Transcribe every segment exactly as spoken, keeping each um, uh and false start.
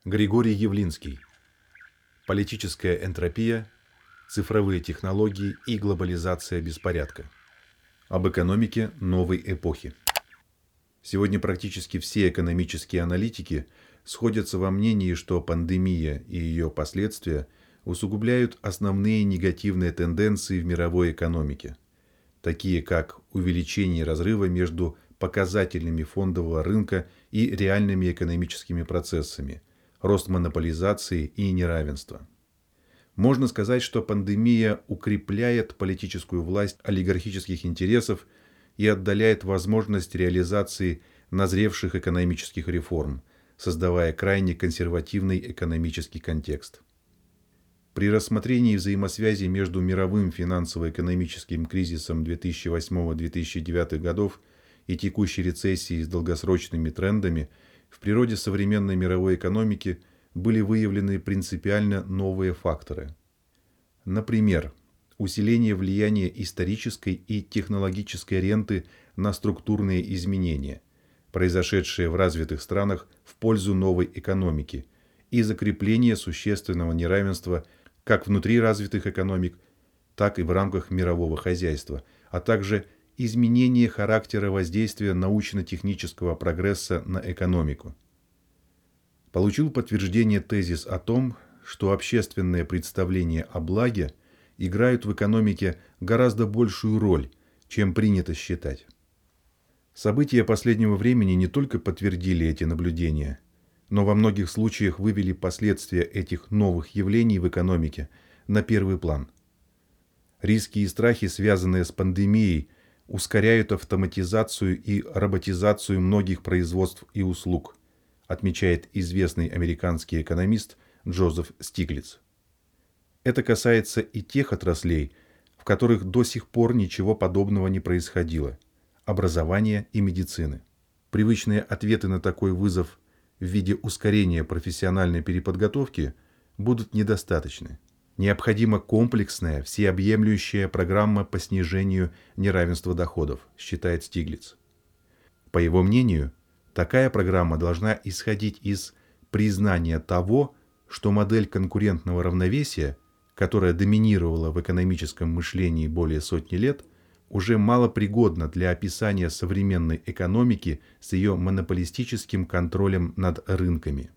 Григорий Явлинский. Политическая энтропия, цифровые технологии и глобализация беспорядка. Об экономике новой эпохи. Сегодня практически все экономические аналитики сходятся во мнении, что пандемия и ее последствия усугубляют основные негативные тенденции в мировой экономике, такие как увеличение разрыва между показателями фондового рынка и реальными экономическими процессами, рост монополизации и неравенства. Можно сказать, что пандемия укрепляет политическую власть олигархических интересов и отдаляет возможность реализации назревших экономических реформ, создавая крайне консервативный экономический контекст. При рассмотрении взаимосвязи между мировым финансово-экономическим кризисом две тысячи восьмого — две тысячи девятого годов и текущей рецессией с долгосрочными трендами в природе современной мировой экономики были выявлены принципиально новые факторы. Например, усиление влияния исторической и технологической ренты на структурные изменения, произошедшие в развитых странах в пользу новой экономики, и закрепление существенного неравенства как внутри развитых экономик, так и в рамках мирового хозяйства, а также изменение характера воздействия научно-технического прогресса на экономику. Получил подтверждение тезис о том, что общественные представления о благе играют в экономике гораздо большую роль, чем принято считать. События последнего времени не только подтвердили эти наблюдения, но во многих случаях вывели последствия этих новых явлений в экономике на первый план. Риски и страхи, связанные с пандемией, ускоряют автоматизацию и роботизацию многих производств и услуг, отмечает известный американский экономист Джозеф Стиглиц. Это касается и тех отраслей, в которых до сих пор ничего подобного не происходило – образования и медицины. Привычные ответы на такой вызов в виде ускорения профессиональной переподготовки будут недостаточны. Необходима комплексная, всеобъемлющая программа по снижению неравенства доходов, считает Стиглиц. По его мнению, такая программа должна исходить из признания того, что модель конкурентного равновесия, которая доминировала в экономическом мышлении более сотни лет, уже малопригодна для описания современной экономики с ее монополистическим контролем над рынками.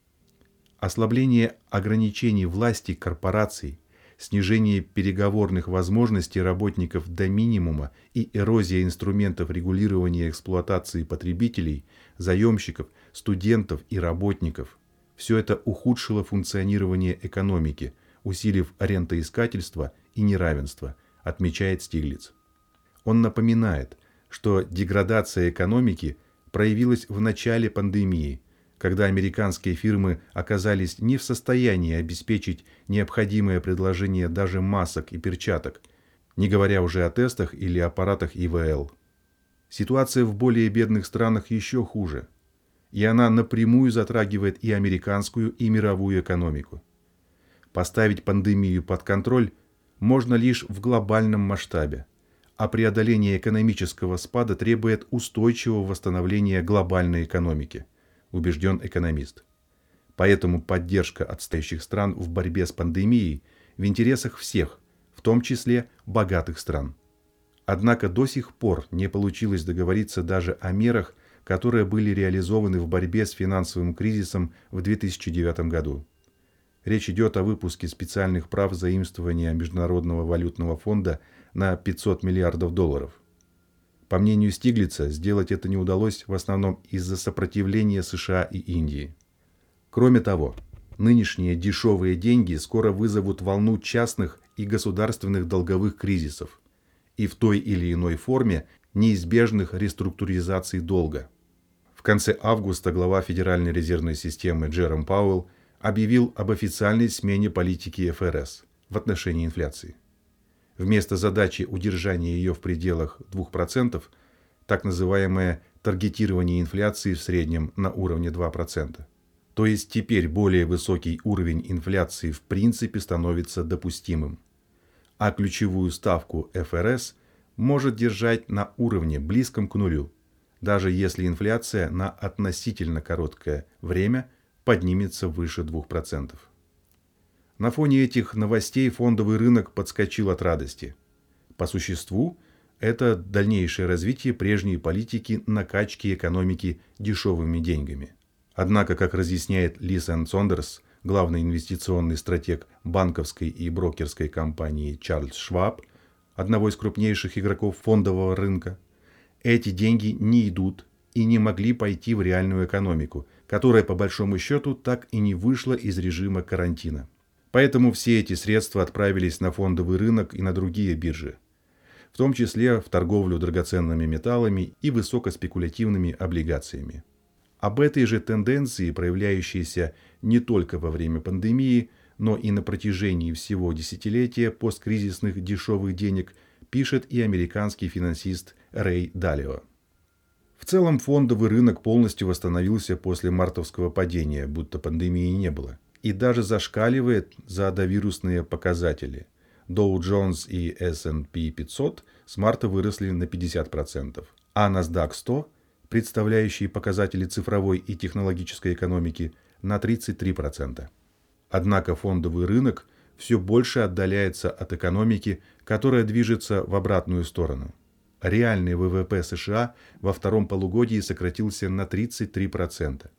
Ослабление ограничений власти корпораций, снижение переговорных возможностей работников до минимума и эрозия инструментов регулирования эксплуатации потребителей, заемщиков, студентов и работников – все это ухудшило функционирование экономики, усилив рентоискательство и неравенство, отмечает Стиглиц. Он напоминает, что деградация экономики проявилась в начале пандемии, когда американские фирмы оказались не в состоянии обеспечить необходимое предложение даже масок и перчаток, не говоря уже о тестах или аппаратах И В Л. Ситуация в более бедных странах еще хуже, и она напрямую затрагивает и американскую, и мировую экономику. Поставить пандемию под контроль можно лишь в глобальном масштабе, а преодоление экономического спада требует устойчивого восстановления глобальной экономики, убежден экономист. Поэтому поддержка отстающих стран в борьбе с пандемией в интересах всех, в том числе богатых стран. Однако до сих пор не получилось договориться даже о мерах, которые были реализованы в борьбе с финансовым кризисом в две тысячи девятом году. Речь идет о выпуске специальных прав заимствования Международного валютного фонда на пятьсот миллиардов долларов. По мнению Стиглица, сделать это не удалось в основном из-за сопротивления США и Индии. Кроме того, нынешние дешевые деньги скоро вызовут волну частных и государственных долговых кризисов и в той или иной форме неизбежных реструктуризаций долга. В конце августа глава Федеральной резервной системы Джером Пауэлл объявил об официальной смене политики Эф Эр Эс в отношении инфляции. Вместо задачи удержания ее в пределах двух процентов, так называемое таргетирование инфляции в среднем на уровне два процента. То есть теперь более высокий уровень инфляции в принципе становится допустимым. А ключевую ставку Эф Эр Эс может держать на уровне, близком к нулю, даже если инфляция на относительно короткое время поднимется выше двух процентов. На фоне этих новостей фондовый рынок подскочил от радости. По существу, это дальнейшее развитие прежней политики накачки экономики дешевыми деньгами. Однако, как разъясняет Лиз Энн Сондерс, главный инвестиционный стратег банковской и брокерской компании Чарльз Шваб, одного из крупнейших игроков фондового рынка, эти деньги не идут и не могли пойти в реальную экономику, которая, по большому счету, так и не вышла из режима карантина. Поэтому все эти средства отправились на фондовый рынок и на другие биржи, в том числе в торговлю драгоценными металлами и высокоспекулятивными облигациями. Об этой же тенденции, проявляющейся не только во время пандемии, но и на протяжении всего десятилетия посткризисных дешевых денег, пишет и американский финансист Рэй Далио. В целом фондовый рынок полностью восстановился после мартовского падения, будто пандемии не было, и даже зашкаливает за довирусные показатели. Dow Jones и эс энд пи пятьсот с марта выросли на пятьдесят процентов, а NASDAQ сто, представляющие показатели цифровой и технологической экономики, на тридцать три процента. Однако фондовый рынок все больше отдаляется от экономики, которая движется в обратную сторону. Реальный вэ вэ пэ США во втором полугодии сократился на тридцать три процента.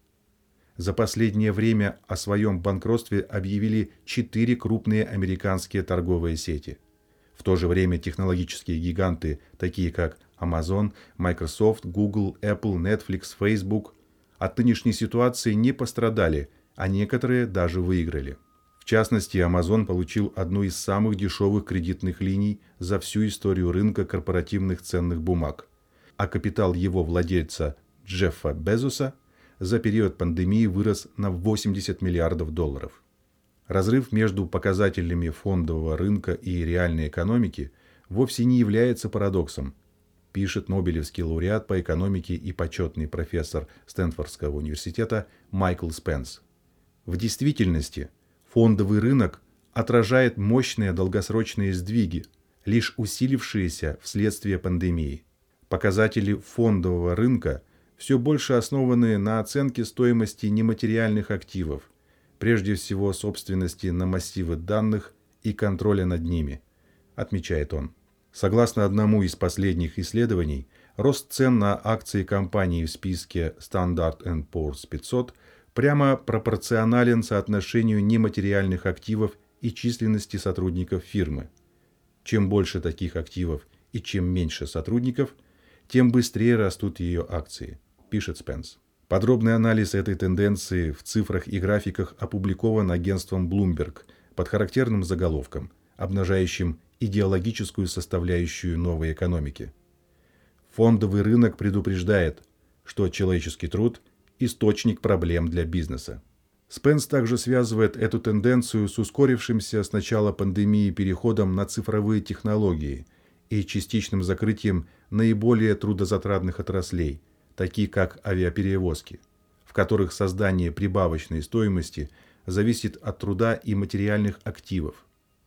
За последнее время о своем банкротстве объявили четыре крупные американские торговые сети. В то же время технологические гиганты, такие как Amazon, Microsoft, Google, Apple, Netflix, Facebook, от нынешней ситуации не пострадали, а некоторые даже выиграли. В частности, Amazon получил одну из самых дешевых кредитных линий за всю историю рынка корпоративных ценных бумаг, а капитал его владельца Джеффа Безоса за период пандемии вырос на восемьдесят миллиардов долларов. Разрыв между показателями фондового рынка и реальной экономики вовсе не является парадоксом, пишет Нобелевский лауреат по экономике и почетный профессор Стэнфордского университета Майкл Спенс. В действительности, фондовый рынок отражает мощные долгосрочные сдвиги, лишь усилившиеся вследствие пандемии. Показатели фондового рынка все больше основаны на оценке стоимости нематериальных активов, прежде всего собственности на массивы данных и контроля над ними, отмечает он. Согласно одному из последних исследований, рост цен на акции компаний в списке Standard энд Poor's пятьсот прямо пропорционален соотношению нематериальных активов и численности сотрудников фирмы. Чем больше таких активов и чем меньше сотрудников, тем быстрее растут ее акции, пишет Спенс. Подробный анализ этой тенденции в цифрах и графиках опубликован агентством Bloomberg под характерным заголовком, обнажающим идеологическую составляющую новой экономики. Фондовый рынок предупреждает, что человеческий труд – источник проблем для бизнеса. Спенс также связывает эту тенденцию с ускорившимся с начала пандемии переходом на цифровые технологии и частичным закрытием наиболее трудозатратных отраслей, такие как авиаперевозки, в которых создание прибавочной стоимости зависит от труда и материальных активов.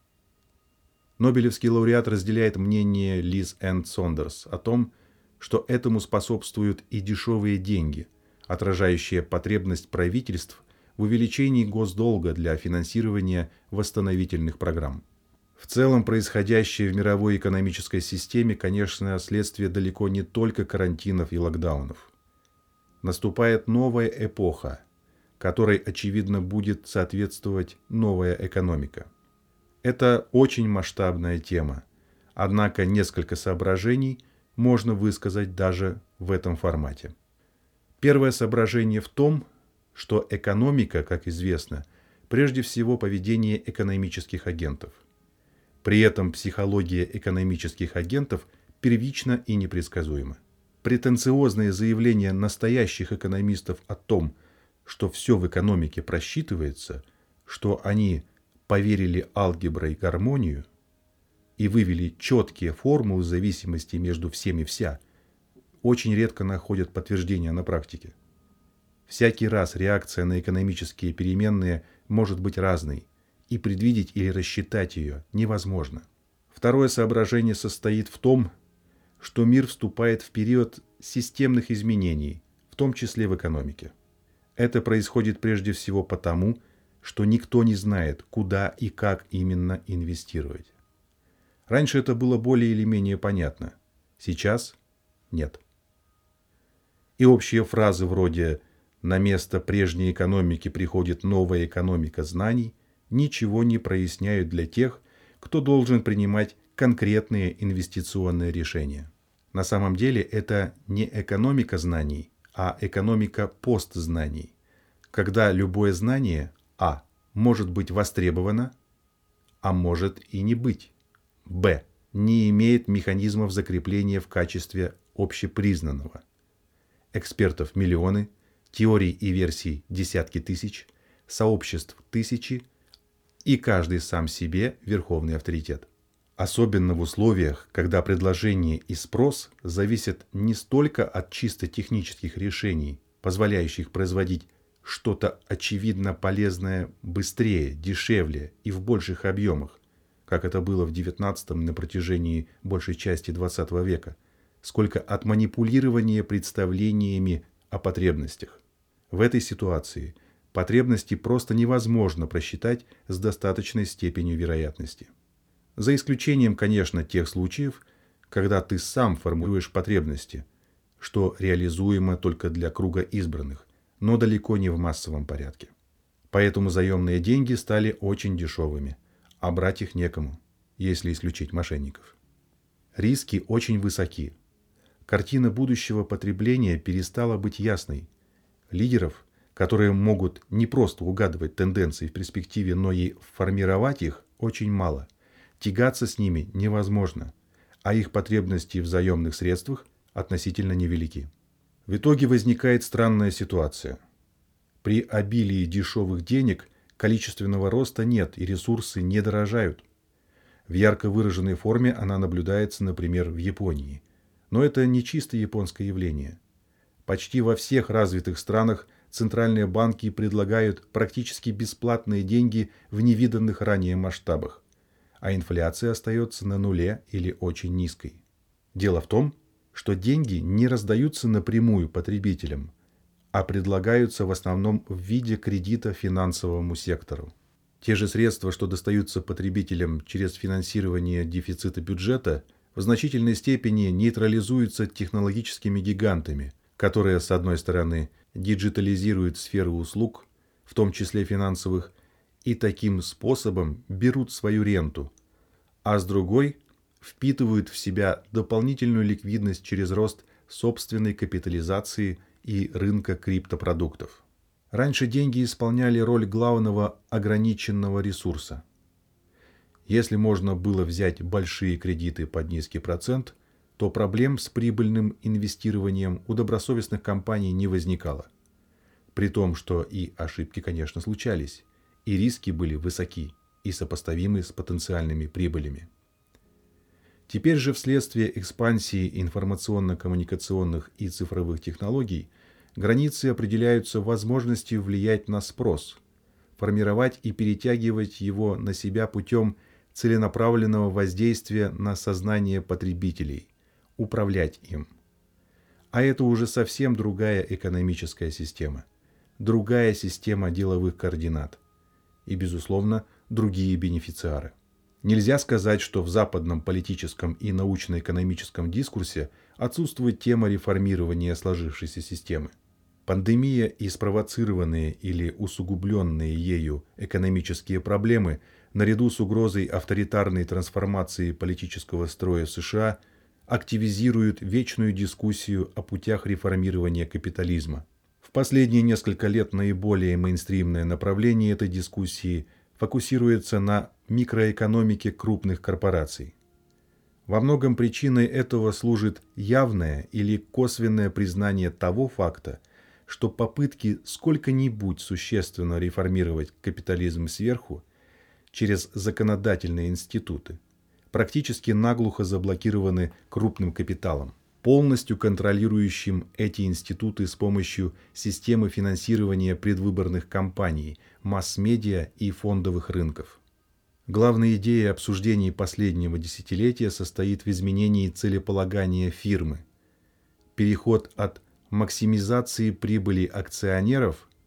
Нобелевский лауреат разделяет мнение Лиз Энн Сондерс о том, что этому способствуют и дешевые деньги, отражающие потребность правительств в увеличении госдолга для финансирования восстановительных программ. В целом, происходящее в мировой экономической системе, конечно, следствие далеко не только карантинов и локдаунов. Наступает новая эпоха, которой, очевидно, будет соответствовать новая экономика. Это очень масштабная тема, однако несколько соображений можно высказать даже в этом формате. Первое соображение в том, что экономика, как известно, прежде всего поведение экономических агентов. При этом психология экономических агентов первична и непредсказуема. Претенциозные заявления настоящих экономистов о том, что все в экономике просчитывается, что они поверили алгебре и гармонию и вывели четкие формулы зависимости между всем и вся, очень редко находят подтверждения на практике. Всякий раз реакция на экономические переменные может быть разной, и предвидеть или рассчитать ее невозможно. Второе соображение состоит в том, что мир вступает в период системных изменений, в том числе в экономике. Это происходит прежде всего потому, что никто не знает, куда и как именно инвестировать. Раньше это было более или менее понятно. Сейчас нет. И общие фразы вроде «на место прежней экономики приходит новая экономика знаний» ничего не проясняют для тех, кто должен принимать конкретные инвестиционные решения. На самом деле это не экономика знаний, а экономика постзнаний, когда любое знание а. может быть востребовано, а может и не быть, б. не имеет механизмов закрепления в качестве общепризнанного. Экспертов миллионы, теорий и версий десятки тысяч, сообществ тысячи, и каждый сам себе верховный авторитет. Особенно в условиях, когда предложение и спрос зависят не столько от чисто технических решений, позволяющих производить что-то очевидно полезное быстрее, дешевле и в больших объемах, как это было в девятнадцатом на протяжении большей части двадцатого века, сколько от манипулирования представлениями о потребностях. В этой ситуации потребности просто невозможно просчитать с достаточной степенью вероятности. За исключением, конечно, тех случаев, когда ты сам формулируешь потребности, что реализуемо только для круга избранных, но далеко не в массовом порядке. Поэтому заемные деньги стали очень дешевыми, а брать их некому, если исключить мошенников. Риски очень высоки. Картина будущего потребления перестала быть ясной. Лидеров, которые могут не просто угадывать тенденции в перспективе, но и формировать их, очень мало. Тягаться с ними невозможно, а их потребности в заемных средствах относительно невелики. В итоге возникает странная ситуация. При обилии дешевых денег количественного роста нет и ресурсы не дорожают. В ярко выраженной форме она наблюдается, например, в Японии. Но это не чисто японское явление. Почти во всех развитых странах центральные банки предлагают практически бесплатные деньги в невиданных ранее масштабах, а инфляция остается на нуле или очень низкой. Дело в том, что деньги не раздаются напрямую потребителям, а предлагаются в основном в виде кредита финансовому сектору. Те же средства, что достаются потребителям через финансирование дефицита бюджета, в значительной степени нейтрализуются технологическими гигантами, которые, с одной стороны, диджитализируют сферы услуг, в том числе финансовых, и таким способом берут свою ренту, а с другой впитывают в себя дополнительную ликвидность через рост собственной капитализации и рынка криптопродуктов. Раньше деньги исполняли роль главного ограниченного ресурса. Если можно было взять большие кредиты под низкий процент, то проблем с прибыльным инвестированием у добросовестных компаний не возникало. При том, что и ошибки, конечно, случались, и риски были высоки и сопоставимы с потенциальными прибылями. Теперь же вследствие экспансии информационно-коммуникационных и цифровых технологий границы определяются возможностью влиять на спрос, формировать и перетягивать его на себя путем целенаправленного воздействия на сознание потребителей, управлять им. А это уже совсем другая экономическая система, другая система деловых координат и, безусловно, другие бенефициары. Нельзя сказать, что в западном политическом и научно-экономическом дискурсе отсутствует тема реформирования сложившейся системы. Пандемия и спровоцированные или усугубленные ею экономические проблемы наряду с угрозой авторитарной трансформации политического строя США активизируют вечную дискуссию о путях реформирования капитализма. В последние несколько лет наиболее мейнстримное направление этой дискуссии фокусируется на микроэкономике крупных корпораций. Во многом причиной этого служит явное или косвенное признание того факта, что попытки сколько-нибудь существенно реформировать капитализм сверху через законодательные институты практически наглухо заблокированы крупным капиталом, полностью контролирующим эти институты с помощью системы финансирования предвыборных кампаний, масс-медиа и фондовых рынков. Главная идея обсуждений последнего десятилетия состоит в изменении целеполагания фирмы. Переход от максимизации прибыли акционеров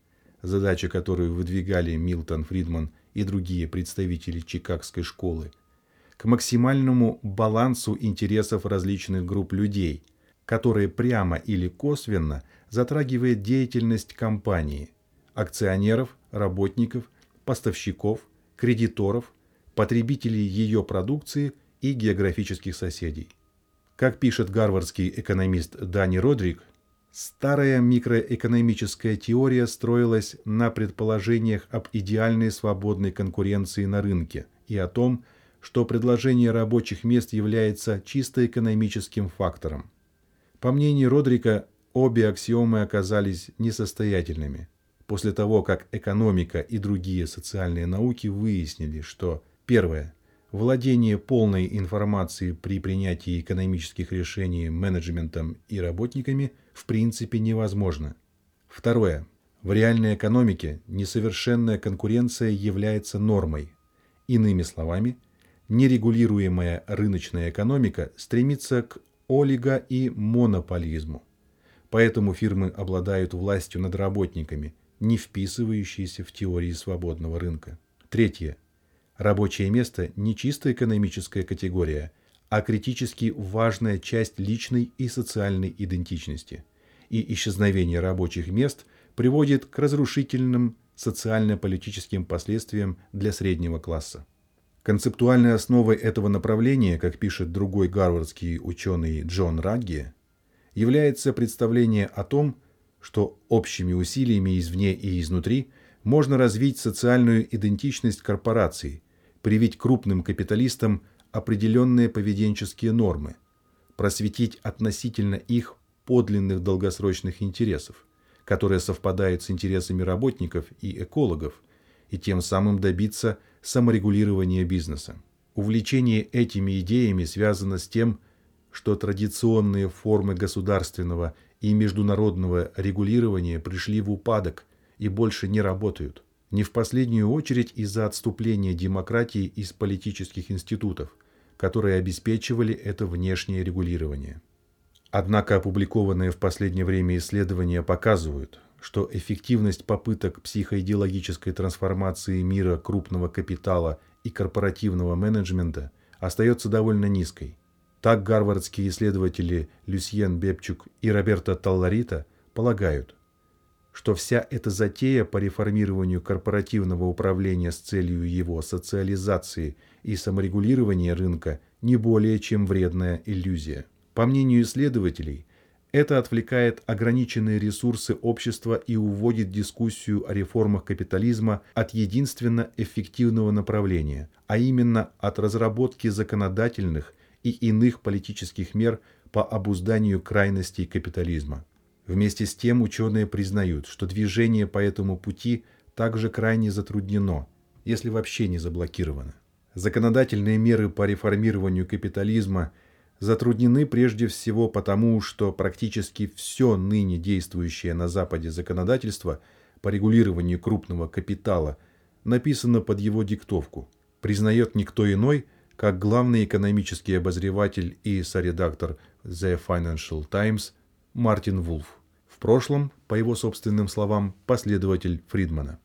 задача, которую выдвигали Милтон Фридман и другие представители Чикагской школы, к максимальному балансу интересов различных групп людей, которые прямо или косвенно затрагивает деятельность компании, акционеров, работников, поставщиков, кредиторов, потребителей ее продукции и географических соседей. Как пишет гарвардский экономист Дани Родрик, старая микроэкономическая теория строилась на предположениях об идеальной свободной конкуренции на рынке и о том, что предложение рабочих мест является чисто экономическим фактором. По мнению Родрика, обе аксиомы оказались несостоятельными. После того, как экономика и другие социальные науки выяснили, что первое. Владение полной информацией при принятии экономических решений менеджментом и работниками в принципе невозможно. Второе. В реальной экономике несовершенная конкуренция является нормой. Иными словами, нерегулируемая рыночная экономика стремится к олиго- и монополизму. Поэтому фирмы обладают властью над работниками, не вписывающейся в теории свободного рынка. Третье. Рабочее место не чисто экономическая категория, а критически важная часть личной и социальной идентичности. И исчезновение рабочих мест приводит к разрушительным социально-политическим последствиям для среднего класса. Концептуальной основой этого направления, как пишет другой гарвардский ученый Джон Рагги, является представление о том, что общими усилиями извне и изнутри можно развить социальную идентичность корпораций, привить крупным капиталистам определенные поведенческие нормы, просветить относительно их подлинных долгосрочных интересов, которые совпадают с интересами работников и экологов, и тем самым добиться саморегулирования бизнеса. Увлечение этими идеями связано с тем, что традиционные формы государственного и международного регулирования пришли в упадок и больше не работают. Не в последнюю очередь из-за отступления демократии из политических институтов, которые обеспечивали это внешнее регулирование. Однако опубликованные в последнее время исследования показывают, что эффективность попыток психоидеологической трансформации мира крупного капитала и корпоративного менеджмента остается довольно низкой. Так гарвардские исследователи Люсьен Бебчук и Роберто Талларита полагают, что вся эта затея по реформированию корпоративного управления с целью его социализации и саморегулирования рынка не более чем вредная иллюзия. По мнению исследователей, это отвлекает ограниченные ресурсы общества и уводит дискуссию о реформах капитализма от единственно эффективного направления, а именно от разработки законодательных и иных политических мер по обузданию крайностей капитализма. Вместе с тем ученые признают, что движение по этому пути также крайне затруднено, если вообще не заблокировано. Законодательные меры по реформированию капитализма затруднены прежде всего потому, что практически все ныне действующее на Западе законодательство по регулированию крупного капитала написано под его диктовку, признает никто иной, как главный экономический обозреватель и соредактор The Financial Times Мартин Вулф, в прошлом, по его собственным словам, последователь Фридмана.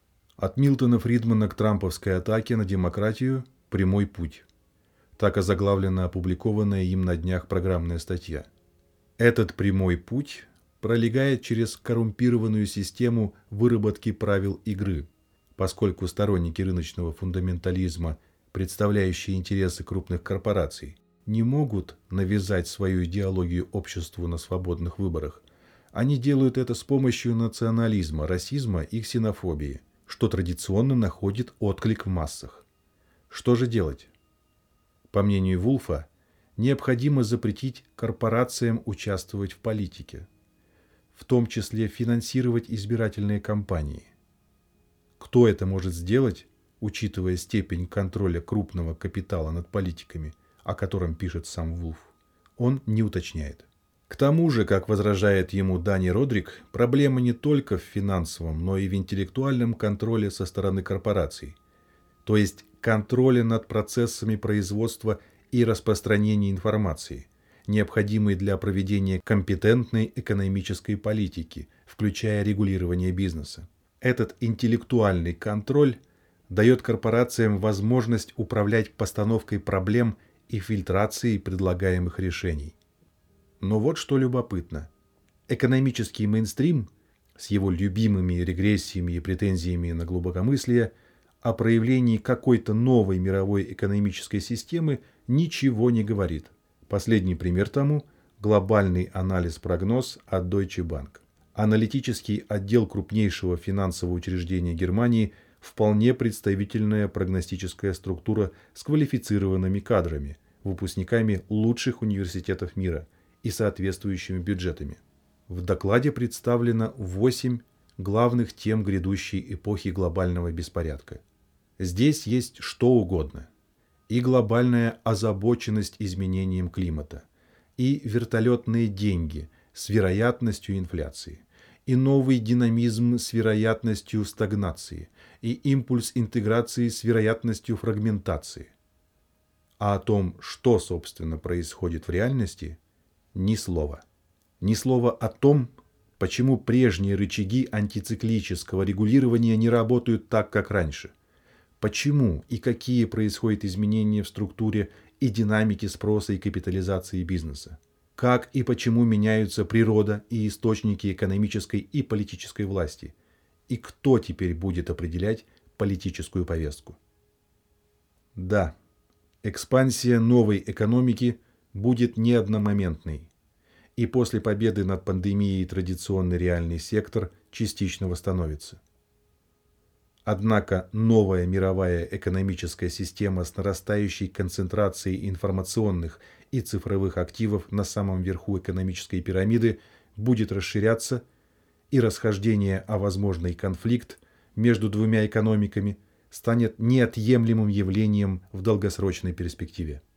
От Милтона Фридмана к трамповской атаке на демократию прямой путь. Так озаглавлена опубликованная им на днях программная статья. Этот прямой путь пролегает через коррумпированную систему выработки правил игры, поскольку сторонники рыночного фундаментализма, представляющие интересы крупных корпораций, не могут навязать свою идеологию обществу на свободных выборах. Они делают это с помощью национализма, расизма и ксенофобии, что традиционно находит отклик в массах. Что же делать? По мнению Вулфа, необходимо запретить корпорациям участвовать в политике, в том числе финансировать избирательные кампании. Кто это может сделать, учитывая степень контроля крупного капитала над политиками, о котором пишет сам Вулф, он не уточняет. К тому же, как возражает ему Дани Родрик, проблема не только в финансовом, но и в интеллектуальном контроле со стороны корпораций, то есть контроле над процессами производства и распространения информации, необходимой для проведения компетентной экономической политики, включая регулирование бизнеса. Этот интеллектуальный контроль дает корпорациям возможность управлять постановкой проблем и фильтрацией предлагаемых решений. Но вот что любопытно. Экономический мейнстрим с его любимыми регрессиями и претензиями на глубокомыслие о проявлении какой-то новой мировой экономической системы ничего не говорит. Последний пример тому – глобальный анализ-прогноз от Deutsche Bank. Аналитический отдел крупнейшего финансового учреждения Германии – вполне представительная прогностическая структура с квалифицированными кадрами, выпускниками лучших университетов мира и соответствующими бюджетами. В докладе представлено восемь главных тем грядущей эпохи глобального беспорядка. Здесь есть что угодно. И глобальная озабоченность изменением климата, и вертолетные деньги с вероятностью инфляции, и новый динамизм с вероятностью стагнации, и импульс интеграции с вероятностью фрагментации. А о том, что, собственно, происходит в реальности, ни слова. Ни слова о том, почему прежние рычаги антициклического регулирования не работают так, как раньше. Почему и какие происходят изменения в структуре и динамике спроса и капитализации бизнеса. Как и почему меняются природа и источники экономической и политической власти. И кто теперь будет определять политическую повестку. Да, экспансия новой экономики будет не одномоментной. И после победы над пандемией традиционный реальный сектор частично восстановится. Однако новая мировая экономическая система с нарастающей концентрацией информационных и цифровых активов на самом верху экономической пирамиды будет расширяться, и расхождение, а возможный конфликт между двумя экономиками станет неотъемлемым явлением в долгосрочной перспективе.